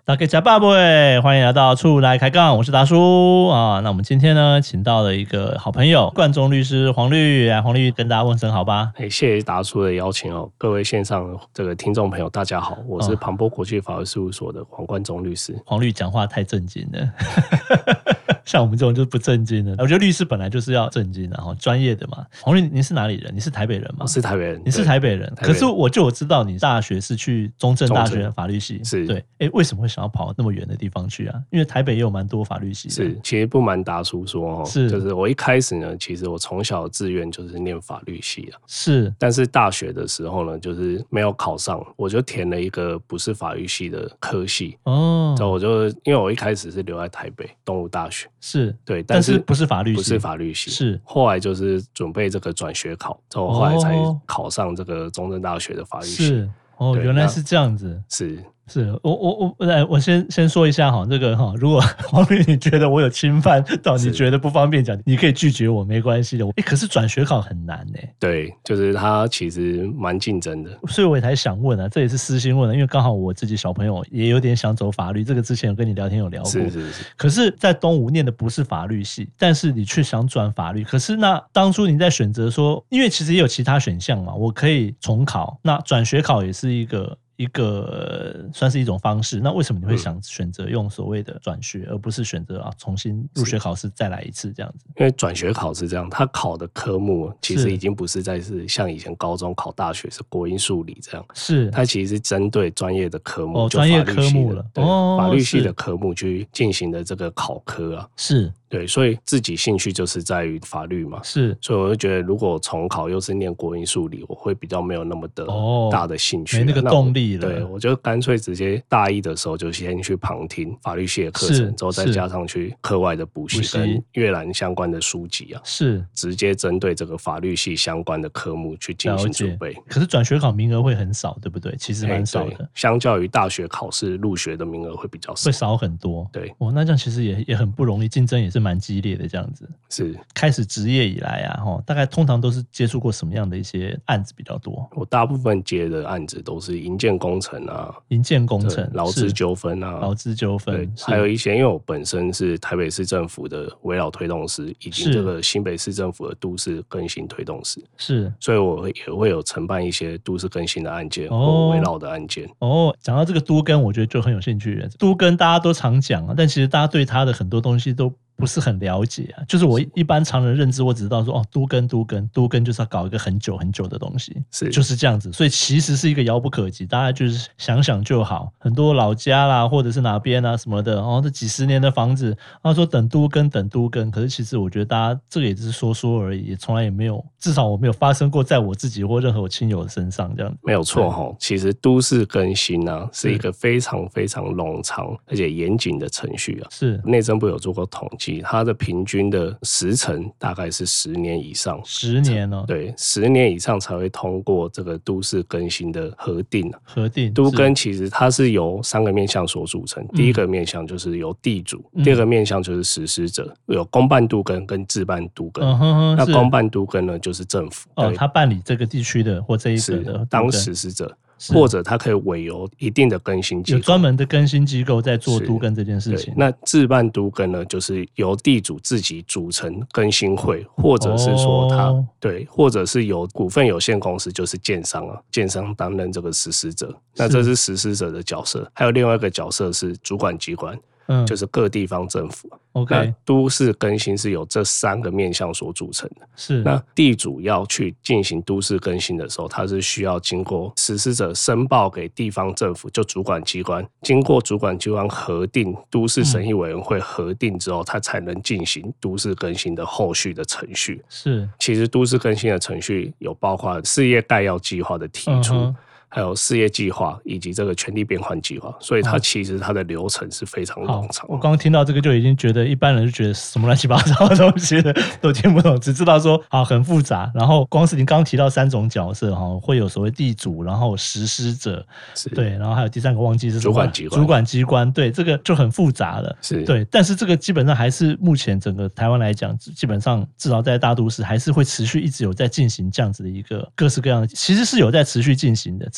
大家加爸贝，欢迎来到出来开杠，我是达叔啊。那我们今天呢，请到了一个好朋友，冠中律师黄律，黄律跟大家问声好吧。 谢谢达叔的邀请哦，各位线上这个听众朋友，大家好，我是庞波国际法律事务所的黄冠中律师。 黄律讲话太正经了。像我们这种就不正经的，我觉得律师本来就是要正经的，然后专业的嘛。黄律，你是哪里人？你是台北人吗？ 我是台北人， 你是台北人。可是我知道你大学是去中正大学法律系， 是对。为什么会想要跑那么远的地方去啊？因为台北也有蛮多法律系的。 是，其实不瞒达叔说就是我一开始呢，其实我从小的志愿就是念法律系啊， 是。 但是大学的时候呢，就是没有考上，我就填了一个不是法律系的科系哦。所以我就因为我一开始是留在台北东吴大学， 是对， 但是不是法律系， 不是法律系， 是后来就是准备这个转学考，之后后来才考上这个中正大学的法律系。 是原来是这样子。 是我先说一下哈，这个哈，如果黄律你觉得我有侵犯到，你觉得不方便讲，你可以拒绝我，没关系的。可是转学考很难欸。 对，就是它其实蛮竞争的， 所以我也才想问啊，这也是私心问的，因为刚好我自己小朋友也有点想走法律，这个之前有跟你聊天有聊过。 是。 可是，在东吴念的不是法律系，但是你却想转法律，可是那当初你在选择说，因为其实也有其他选项嘛，我可以重考，那转学考也是一个算是一种方式，那为什么你会想选择用所谓的转学，而不是选择重新入学考试再来一次这样子？ 因为转学考是这样，他考的科目其实已经不是像以前高中考大学是国英数理这样，是它其实是针对专业的科目， 专业科目了， 对，法律系的科目去进行的这个考科啊， 是。 对，所以自己兴趣就是在于法律嘛， 是， 所以我就觉得如果重考又是念国英数理，我会比较没有那么的大的兴趣， 没那个动力了。 对，我就干脆直接大一的时候就先去旁听法律系的课程，之后再加上去课外的补习跟阅览相关的书籍啊， 是直接针对这个法律系相关的科目去进行准备。 可是转学考名额会很少，对不对？其实蛮少的， 相较于大学考试入学的名额会比较少， 会少很多。 对， 那这样其实也很不容易，竞争也是蛮激烈的。这样子是开始职业以来啊，大概通常都是接触过什么样的一些案子比较多？ 我大部分接的案子都是营建工程啊，劳资纠纷啊，对，还有一些因为我本身是台北市政府的围绕推动师，以及这个新北市政府的都市更新推动师，是，所以我也会有承办一些都市更新的案件或围绕的案件。 讲到这个都更，我觉得就很有兴趣了。都更大家都常讲啊，但其实大家对他的很多东西都不是很了解啊，就是我一般常人认知，我只知道说都更就是要搞一个很久很久的东西，就是这样子，所以其实是一个遥不可及，大家就是想想就好。很多老家啦，或者是哪边啊什么的，这几十年的房子，他说等都更，可是其实我觉得大家这个也只是说说而已，也从来也没有，至少我没有发生过在我自己或任何我亲友的身上这样。 没有错其实都市更新啊是一个非常非常冗长而且严谨的程序啊，是内政部有做过统计。它的平均的时程大概是10年以上 ，10年哦， 对，10年以上才会通过这个都市更新的核定啊。 核定都更其实它是由3个面向所组成，第一个面向就是由地主，第二个面向就是实施者，有公办都更跟自办都更。那公办都更呢，就是政府他办理这个地区的或这一个的当实施者。或者他可以委由一定的更新机构， 有专门的更新机构在做都更这件事情。 那自办都更呢，就是由地主自己组成更新会，或者是说或者是由股份有限公司，就是建商啊，建商担任这个实施者。那这是实施者的角色，还有另外一个角色是主管机关。就是各地方政府。那都市更新是由这3个面向所组成的。是。那地主要去进行都市更新的时候，他是需要经过实施者申报给地方政府，就主管机关，经过主管机关核定，都市审议委员会核定之后，他才能进行都市更新的后续的程序。是。其实都市更新的程序有包括事业概要计划的提出。还有事业计划以及这个权利变换计划，所以它其实它的流程是非常冗长。 我刚刚听到这个就已经觉得一般人就觉得什么乱七八糟的东西都听不懂，只知道说很复杂。然后光是你刚刚提到3种角色会有所谓地主，然后实施者，对，然后还有第3个忘记是什么主管机关，对，这个就很复杂了。是，对，但是这个基本上还是目前整个台湾来讲，基本上至少在大都市还是会持续一直有在进行这样子的一个各式各样的，其实是有在持续进行的。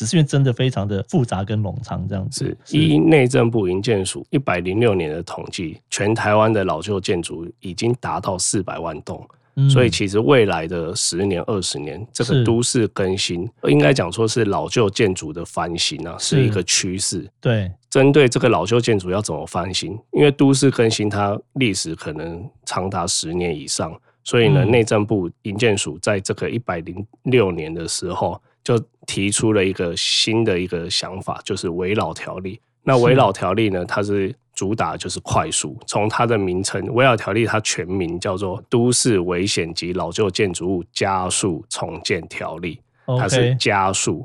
只是因为真的非常的复杂跟冗长这样子。 是依内政部营建署106年的统计，全台湾的老旧建筑已经达到400万栋。所以其实未来的10年、20年，这个都市更新，应该讲说是老旧建筑的翻新啊，是一个趋势。 对， 针对这个老旧建筑要怎么翻新？因为都市更新它历史可能长达10年以上，所以呢，内政部营建署在这个106年的时候，就提出了一个新的一个想法，就是危老条例。那危老条例呢，它是主打就是快速，从它的名称危老条例，它全名叫做《都市危险及老旧建筑物加速重建条例》。它是加速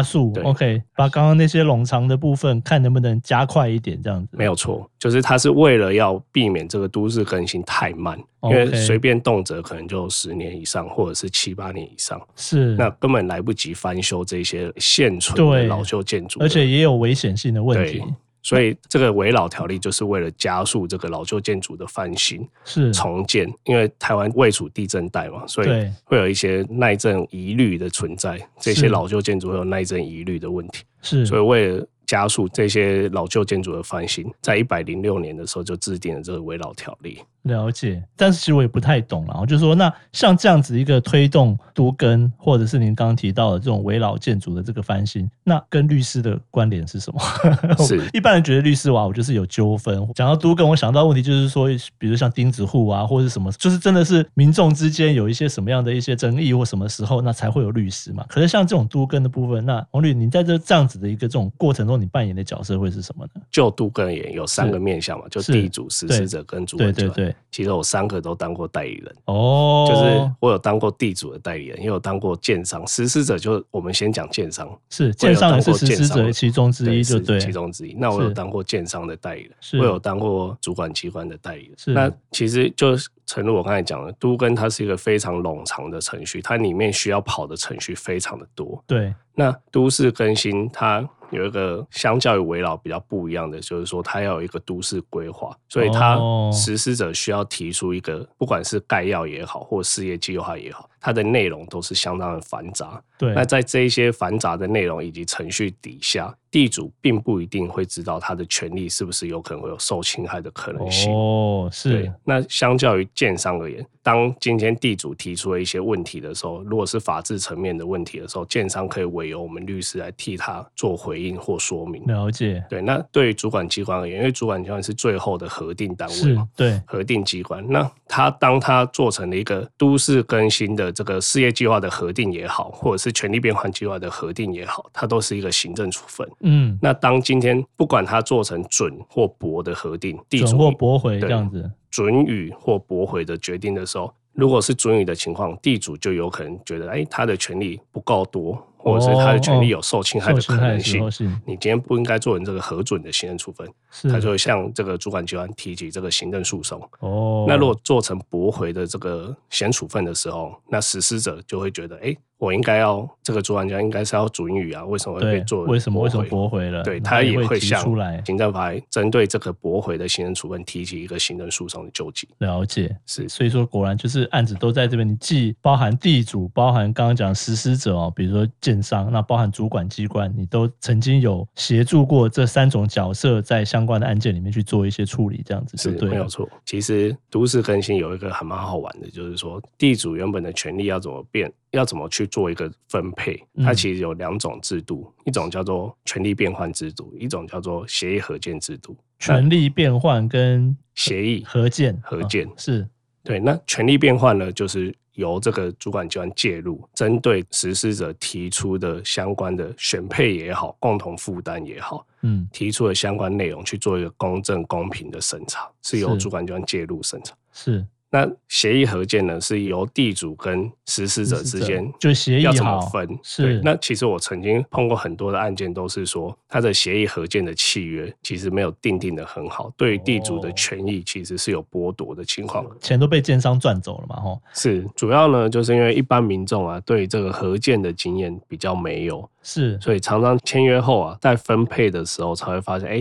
，OK， 把刚刚那些冗长的部分看能不能加快一点，这样子没有错，就是它是为了要避免这个都市更新太慢，因为随便动辄可能就10年以上，或者是7、8年以上， 是那根本来不及翻修这些现存的老旧建筑， 而且也有危险性的问题。 所以这个危老条例就是为了加速这个老旧建筑的翻新、重建，因为台湾位处地震带嘛，所以会有一些耐震疑虑的存在，这些老旧建筑会有耐震疑虑的问题，所以为了加速这些老旧建筑的翻新，在106年的时候就制定了这个危老条例。 了解，但是其实我也不太懂啦，就是说那像这样子一个推动都更，或者是您刚刚提到的这种危老建筑的这个翻新，那跟律师的关联是什么？是一般人觉得律师我就是有纠纷。讲到都更，我想到问题就是说，比如像钉子户啊，或者是什么，就是真的是民众之间有一些什么样的一些争议或什么时候，那才会有律师嘛。可是像这种都更的部分，那王律，你在这样子的一个这种过程中，你扮演的角色会是什么呢？ 就都更而言，有3个面向嘛，就地主、实施者跟主管机关。 对， 其实我3个都当过代理人就是我有当过地主的代理人，也有当过建商。实施者就我们先讲建商， 是建商也是实施者其中之一，就对， 其中之一。那我有当过建商的代理人，我有当过主管机关的代理人。那其实就诚如我刚才讲的，都更它是一个非常冗长的程序，它里面需要跑的程序非常的多。 对， 那都市更新它有一个相较于危老比较不一样的，就是说它要有一个都市规划，所以它实施者需要提出一个不管是概要也好，或事业计划也好，它的内容都是相当的繁杂。 对， 那在这一些繁杂的内容以及程序底下，地主并不一定会知道他的权利是不是有可能会有受侵害的可能性。 是。 那相较于建商而言，当今天地主提出了一些问题的时候，如果是法治层面的问题的时候，建商可以委由我们律师来替他做回应或说明。 了解。 对，那对于主管机关而言，因为主管机关是最后的核定单位嘛， 对， 核定机关。那当他做成了一个都市更新的这个事业计划的核定也好，或者是权利变换计划的核定也好，它都是一个行政处分。那当今天不管他做成准或驳的核定，地主准或驳回这样子， 准予或驳回的决定的时候，如果是准予的情况，地主就有可能觉得，他的权利不够多，或者是他的权利有受侵害的可能性，你今天不应该做成这个核准的行政处分，他就会向这个主管机关提起这个行政诉讼。那如果做成驳回的这个行政处分的时候，那实施者就会觉得，我应该要这个主管机关应该是要准予啊，为什么会被做为什么驳回了？ 对，他也会向行政法针对这个驳回的行政处分提起一个行政诉讼的救济。 了解， 是， 所以说果然就是案子都在这边，你既包含地主，包含刚刚讲实施者比如说建商，那包含主管机关，你都曾经有协助过这3种角色在相关的案件里面去做一些处理，这样子就对了。 没有错。其实都市更新有一个还蛮好玩的，就是说地主原本的权利要怎么去做一个分配，它其实有2种制度，一种叫做权利变换制度，一种叫做协议合建制度。 权利变换跟协议合建是对。那权利变换呢，就是由这个主管机关介入，针对实施者提出的相关的选配也好，共同负担也好，提出的相关内容去做一个公正公平的审查，是由主管机关介入审查。 是。 那协议合建呢，是由地主跟实施者之间就协议要怎么分？ 是。 那其实我曾经碰过很多的案件，都是说他的协议合建的契约其实没有订定的很好，对于地主的权益其实是有剥夺的情况， 钱都被建商赚走了嘛？ 是，主要呢就是因为一般民众啊对这个合建的经验比较没有， 是， 所以常常签约后啊，在分配的时候才会发现，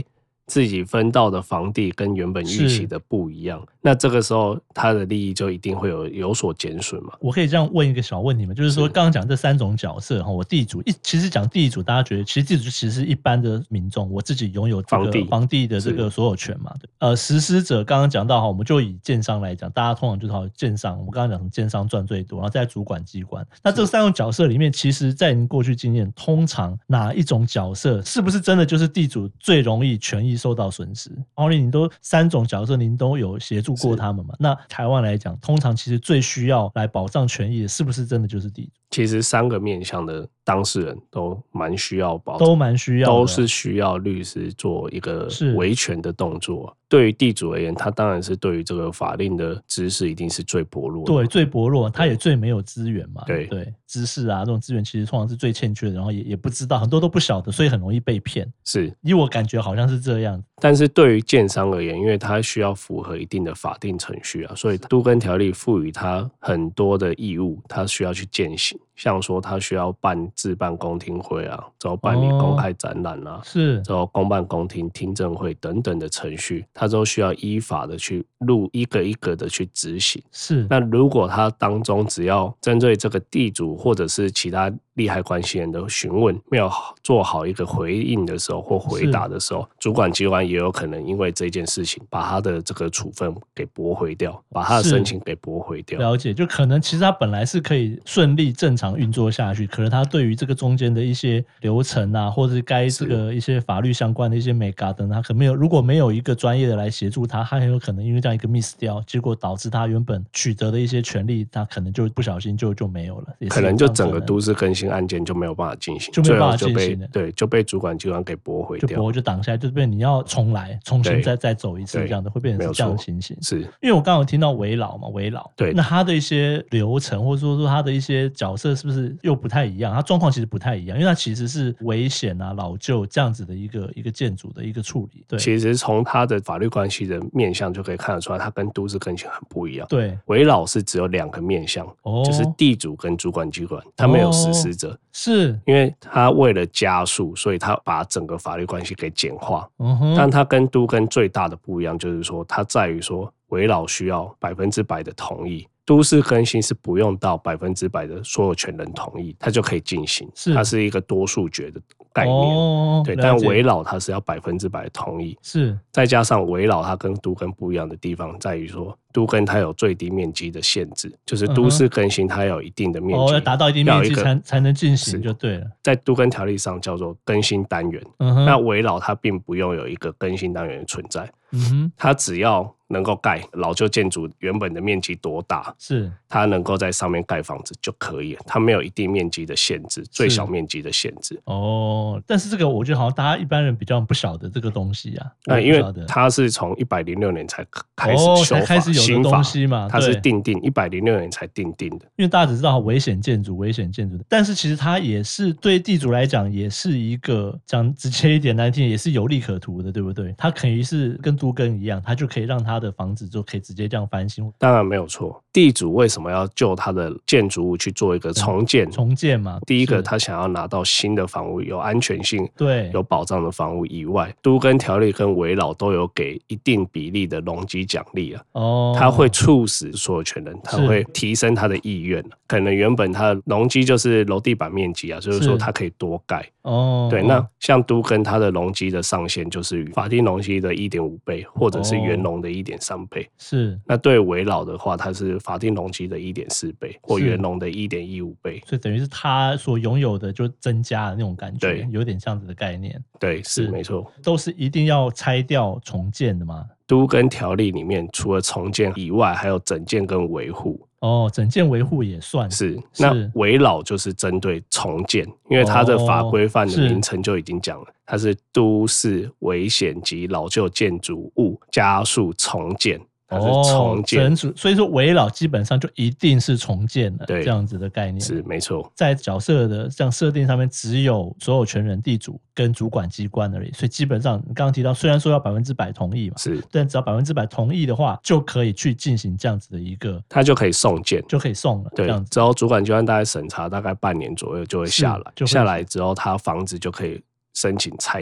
自己分到的房地跟原本预期的不一样，那这个时候他的利益就一定会有所减损嘛。 我可以这样问一个小问题吗？就是说刚刚讲这3种角色，我地主其实讲地主，大家觉得其实地主其实是一般的民众，我自己拥有这个房地的这个所有权嘛。实施者刚刚讲到，我们就以建商来讲，大家通常就是建商，我们刚刚讲什么建商赚最多，然后再主管机关。那这3种角色里面，其实在您过去经验，通常哪一种角色是不是真的就是地主最容易权益受到损失？您都3种角色您都有协助过他们嘛？那台湾来讲，通常其实最需要来保障权益的，是不是真的就是地主？ 其实3个面向的当事人都蛮需要保障， 都蛮需要的， 都是需要律师做一个维权的动作。对于地主而言，他当然是对于这个法令的知识一定是最薄弱的， 对，最薄弱，他也最没有资源嘛。 对， 知识啊这种资源其实通常是最欠缺的，然后也不知道，很多都不晓得，所以很容易被骗。 是， 以我感觉好像是这样。 但是对于建商而言，因为他需要符合一定的法定程序啊，所以都更条例赋予他很多的义务，他需要去践行。像说他需要自办公听会啊，之后办理公开展览啊， 是， 之后公办公听、听证会等等的程序，他都需要依法的去一个一个的去执行。 是， 那如果他当中只要针对这个地主或者是其他利害关系人的询问没有做好一个回应的时候或回答的时候，主管机关也有可能因为这件事情把他的这个处分给驳回掉，把他的申请给驳回掉。 了解，就可能其实他本来是可以顺利正常运作下去，可是他对于这个中间的一些流程啊，或者是该这个一些法律相关的一些美嘎等，他可能如果没有一个专业的来协助他，他很有可能因为这样一个 miss 掉，结果导致他原本取得的一些权利，他可能就不小心就没有了， 可能就整个都市更新案件就没有办法进行， 就没有办法进行了， 对，就被主管机关给驳回掉， 就挡下来，就变你要重新再走一次这样的，会变成是这样的情形。 是因为我刚刚有听到围老嘛，对，那他的一些流程或者说他的一些角色是不是又不太一样？他状况其实不太一样，因为他其实是危险啊、老旧这样子的一个建筑的一个处理。对， 其实从他的法律关系的面向就可以看得出来，他跟都市更新很不一样。 对， 围老是只有2个面向，就是地主跟主管机关，他没有实施者。 是因为他为了加速，所以他把整个法律关系给简化。但他跟都更最大的不一样就是说，他在于说围老需要100%的同意，都市更新是不用到100%的所有权人同意，它就可以进行。它是一个多数决的概念。对，但围老它是要100%的同意。 是， 再加上围老它跟都更不一样的地方在于说，都更它有最低面积的限制，就是都市更新它有一定的面积， 要达到一定面积才能进行就对了。 在都更条例上叫做更新单元，那围老它并不用有一个更新单元的存在，它只要能够盖老旧建筑原本的面积多大， 是它能够在上面盖房子就可以了，它没有一定面积的限制，最小面积的限制。 但是这个我觉得好像大家一般人比较不晓得这个东西啊， 因为它是从106年才开始修法， 才开始有的东西嘛， 它是定106年才定的。 因为大家只知道危险建筑，但是其实它也是对地主来讲也是一个讲直接一点难听，也是有利可图的，对不对？它可以是跟都更一样，它就可以让它的房子就可以直接这样翻新。 当然没有错，地主为什么要就他的建筑物去做一个重建嘛？ 第一个，他想要拿到新的房屋，有安全性、 对， 有保障的房屋以外，都更条例跟围老都有给一定比例的容积奖励啊。它会促使所有权人，他会提升他的意愿。可能原本他的容积就是楼地板面积啊，就是说他可以多盖。对，那像都更它的容积的上限就是法定容积的1.5倍，或者是原容的1.3倍。 是， 那对围老的话，它是法定容积的1.4倍，或原容的1.15倍。 所以等于是他所拥有的就增加的那种感觉，对，有点这样子的概念。 对，是没错。 都是一定要拆掉重建的吗？ 都更条例里面除了重建以外，还有整建跟维护。 整建维护也算是。那围老就是针对重建，因为它的法规范的名称就已经讲了，它是都市危险及老旧建筑物加速重建。它是重建， 所以说围老基本上就一定是重建了，这样子的概念是没错。 在角色的这样设定上面，只有所有权人、地主跟主管机关而已。所以基本上你刚刚提到，虽然说要100%同意嘛， 是， 但只要100%同意的话，就可以去进行这样子的一个， 它就可以送件， 就可以送了。 对， 这样子之后主管机关大概审查大概半年左右就会下来，下来之后他房子就可以申请拆造。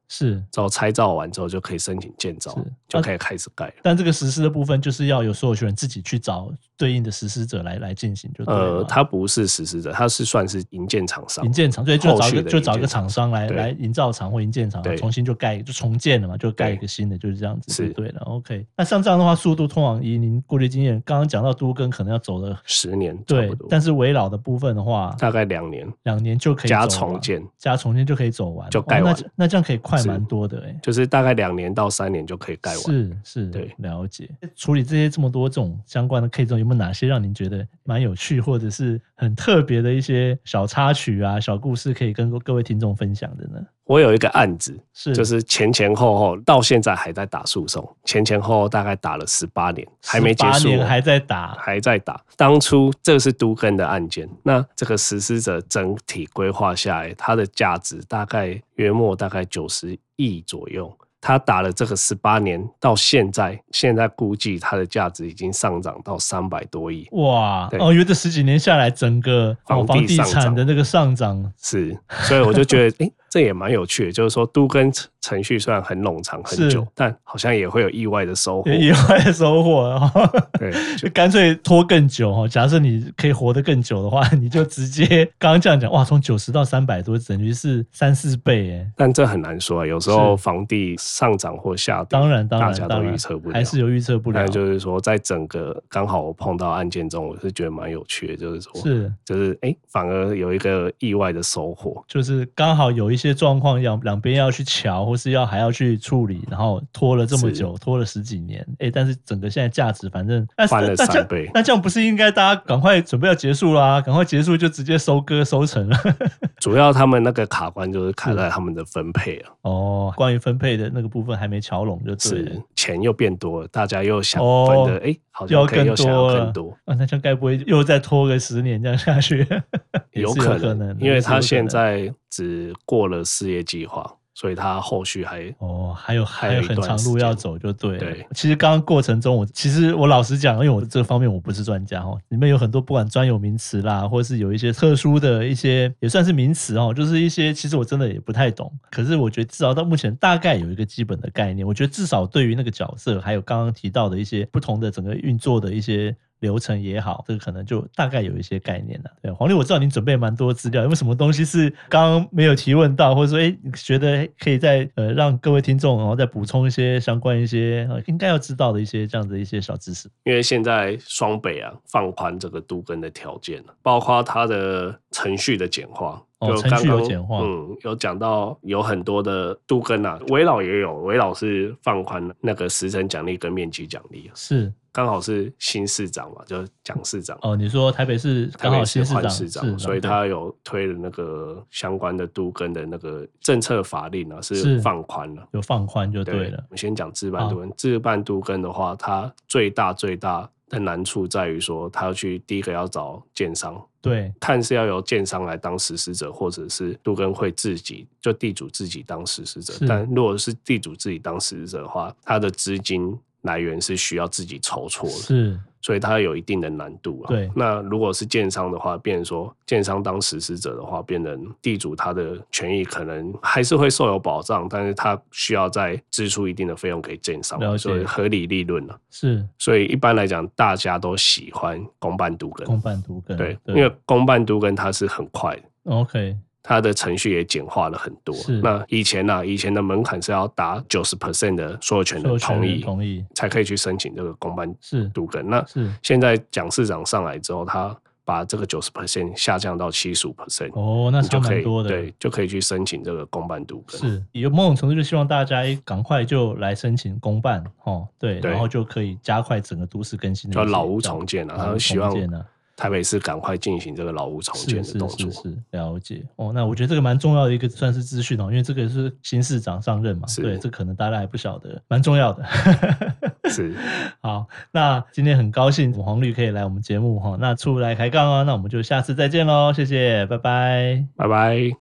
是之后拆造完之后就可以申请建造，就可以开始盖了。 但这个实施的部分就是要有所有权人自己去找对应的实施者来进行就对了。 他不是实施者，他是算是营建厂商。 营建厂对，就找一个厂商来营造厂或营建厂重新就盖就重建了嘛，就盖一个新的，就是这样子就对了。OK， 那像这样的话，速度通往以您过去经验，刚刚讲到都更可能要走了 10年， 对，但是危老的部分的话， 大概2年就可以走加重建就可以走完， 就盖完。 那这样可以快蛮多的就是大概2年到3年就可以盖完。 是， 对， 了解。处理这么多这种相关的 case 中，有没有哪些让您觉得蛮有趣或者是很特别的一些小插曲啊、小故事，可以跟各位听众分享的呢？ 我有一个案子，就是前后到现在还在打诉讼，前后大概打了18年，还没结束。18 年还在打。 当初这是都更的案件，那这个实施者整体规划下来，它的价值大概约莫大概90亿左右。他打了这个18年到现在估计它的价值已经上涨到300多亿。 哇！因为这10几年下来，整个房地产的那个上涨是，所以我就覺得，这也蛮有趣的，就是说都更程序虽然很冗长很久，但好像也会有意外的收获。对， 就干脆拖更久。假设你可以活得更久的话，你就直接刚刚这样讲，哇，从90到300多，等于是3-4倍。 但这很难说，有时候房地上涨或下跌， 当然大家都预测不了， 还是有预测不了。 但就是说，在整个刚好我碰到案件中，我是觉得蛮有趣的，就是说，就是反而有一个意外的收获， 就是刚好有一些状况两边要去瞧，或是还要去处理，然后拖了这么久，拖了10几年，但是整个现在价值反正翻了3倍。 那这样不是应该大家赶快准备要结束啦？赶快结束就直接收割收成了。 主要他们那个卡关就是卡在他们的分配了。 关于分配的那个部分还没瞧拢就对了， 钱又变多了，大家又想分的，好像可以又想要更多。 那这样该不会又再拖个10年这样下去？ 有可能，因为他现在只过了事业计划，所以他后续还有很长路要走就对了。 对， 其实刚刚过程中其实我老实讲，因为我这方面我不是专家里面有很多不管专有名词啦，或是有一些特殊的一些也算是名词就是一些其实我真的也不太懂，可是我觉得至少到目前大概有一个基本的概念，我觉得至少对于那个角色还有刚刚提到的一些不同的整个运作的一些流程也好，这个可能就大概有一些概念了。对，黄律，我知道您准备蛮多资料，有没有什么东西是刚刚没有提问到，或者说你觉得可以再让各位听众再补充一些相关一些应该要知道的一些这样的一些小知识？ 因为现在双北放宽这个都更的条件了，包括它的程序的简化。 程序有简化， 有讲到有很多的都更危老也有，危老是放宽那个时程奖励跟面积奖励， 是刚好是新市长嘛，就是蒋市长。 你说台北市刚好新市长， 所以他有推了那个相关的都更的那个政策法令是放宽了， 有放宽就对了。 我们先讲自办都更，自办都更的话，它最大的难处在于说，他要第一个要找建商， 对， 看是要由建商来当实施者，或者是都更会自己就地主自己当实施者。但如果是地主自己当实施者的话，他的资金来源是需要自己筹措的， 是， 所以它有一定的难度啊。 对， 那如果是建商的话，变成说建商当实施者的话，变成地主他的权益可能还是会受有保障，但是他需要再支出一定的费用给建商，所以合理利润啊。 是， 所以一般来讲，大家都喜欢公办都更。对，因为公办都更它是很快的。 OK。 它的程序也简化了很多。那以前的门槛是要达90% 的所有权人同意才可以去申请这个公办都更。那现在蒋市长上来之后，他把这个90% 下降到75%， 那差蛮多的， 对，就可以去申请这个公办都更。 是，有某种程度就希望大家赶快就来申请公办，对，然后就可以加快整个都市更新的， 就老屋重建啊，他希望台北市赶快进行这个老屋重建的动作。 是了解那我觉得这个蛮重要的一个算是资讯因为这个是新市长上任嘛，对，这可能大家还不晓得，蛮重要的。 是， 好，那今天很高兴黄律可以来我们节目那出来开杠那我们就下次再见咯，谢谢，拜拜， 拜拜。